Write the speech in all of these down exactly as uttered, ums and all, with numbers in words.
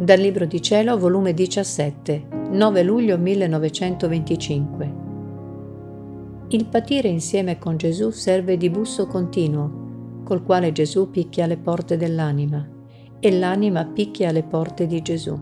Dal Libro di Cielo, volume diciassette, nove luglio millenovecentoventicinque. Il patire insieme con Gesù serve di busso continuo, col quale Gesù picchia alle porte dell'anima e l'anima picchia alle porte di Gesù.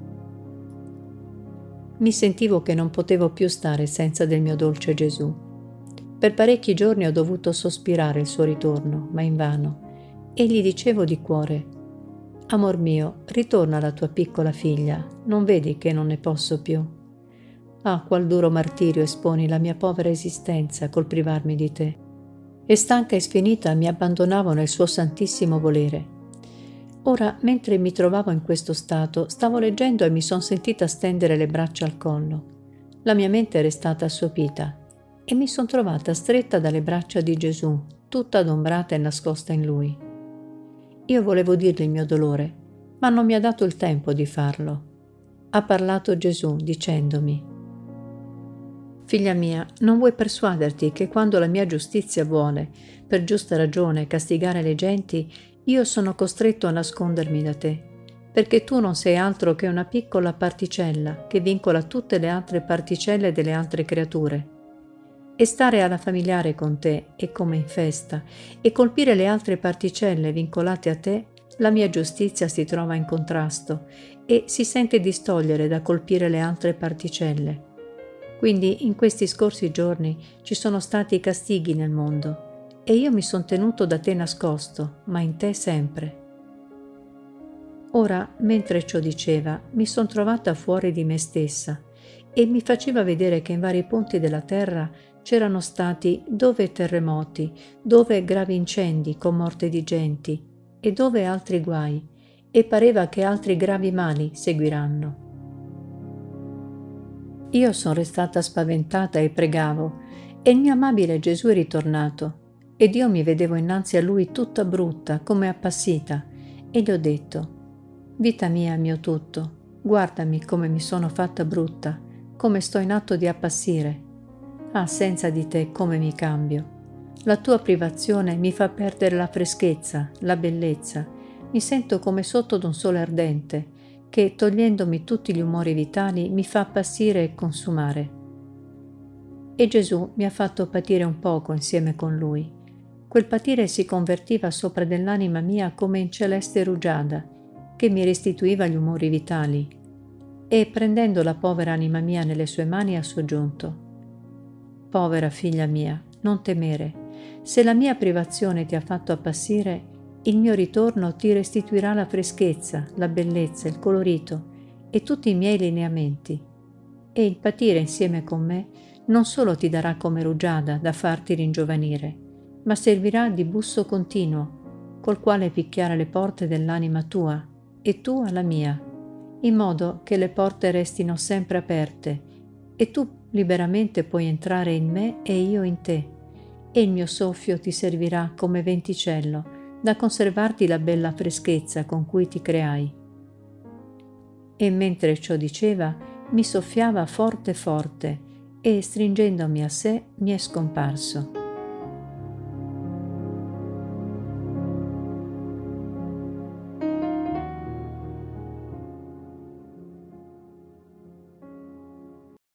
Mi sentivo che non potevo più stare senza del mio dolce Gesù. Per parecchi giorni ho dovuto sospirare il suo ritorno, ma invano, e gli dicevo di cuore: «Amor mio, ritorna alla tua piccola figlia, non vedi che non ne posso più? Ah, qual duro martirio esponi la mia povera esistenza col privarmi di te!» E stanca e sfinita mi abbandonavo nel suo santissimo volere. Ora, mentre mi trovavo in questo stato, stavo leggendo e mi son sentita stendere le braccia al collo. La mia mente è restata assopita e mi son trovata stretta dalle braccia di Gesù, tutta adombrata e nascosta in Lui. Io volevo dirgli il mio dolore, ma non mi ha dato il tempo di farlo. Ha parlato Gesù dicendomi: «Figlia mia, non vuoi persuaderti che quando la mia giustizia vuole, per giusta ragione, castigare le genti, io sono costretto a nascondermi da te, perché tu non sei altro che una piccola particella che vincola tutte le altre particelle delle altre creature. E stare alla familiare con te è come in festa, e colpire le altre particelle vincolate a te, la mia giustizia si trova in contrasto e si sente distogliere da colpire le altre particelle. Quindi in questi scorsi giorni ci sono stati castighi nel mondo e io mi son tenuto da te nascosto, ma in te sempre». Ora, mentre ciò diceva, mi son trovata fuori di me stessa e mi faceva vedere che in vari punti della terra c'erano stati dove terremoti, dove gravi incendi con morte di genti e dove altri guai, e pareva che altri gravi mali seguiranno. Io son restata spaventata e pregavo, e il mio amabile Gesù è ritornato, ed io mi vedevo innanzi a Lui tutta brutta, come appassita, e gli ho detto: «Vita mia, mio tutto, guardami come mi sono fatta brutta, come sto in atto di appassire. Ah, senza di te come mi cambio! La tua privazione mi fa perdere la freschezza, la bellezza, mi sento come sotto d'un sole ardente, che, togliendomi tutti gli umori vitali, mi fa appassire e consumare». E Gesù mi ha fatto patire un poco insieme con Lui. Quel patire si convertiva sopra dell'anima mia come in celeste rugiada, che mi restituiva gli umori vitali, e prendendo la povera anima mia nelle sue mani ha soggiunto: «Povera figlia mia, non temere, se la mia privazione ti ha fatto appassire, il mio ritorno ti restituirà la freschezza, la bellezza, il colorito e tutti i miei lineamenti, e il patire insieme con me non solo ti darà come rugiada da farti ringiovanire, ma servirà di busso continuo, col quale picchiare le porte dell'anima tua e tu alla mia, in modo che le porte restino sempre aperte e tu liberamente puoi entrare in me e io in te, e il mio soffio ti servirà come venticello da conservarti la bella freschezza con cui ti creai». E mentre ciò diceva, mi soffiava forte forte e, stringendomi a sé, mi è scomparso.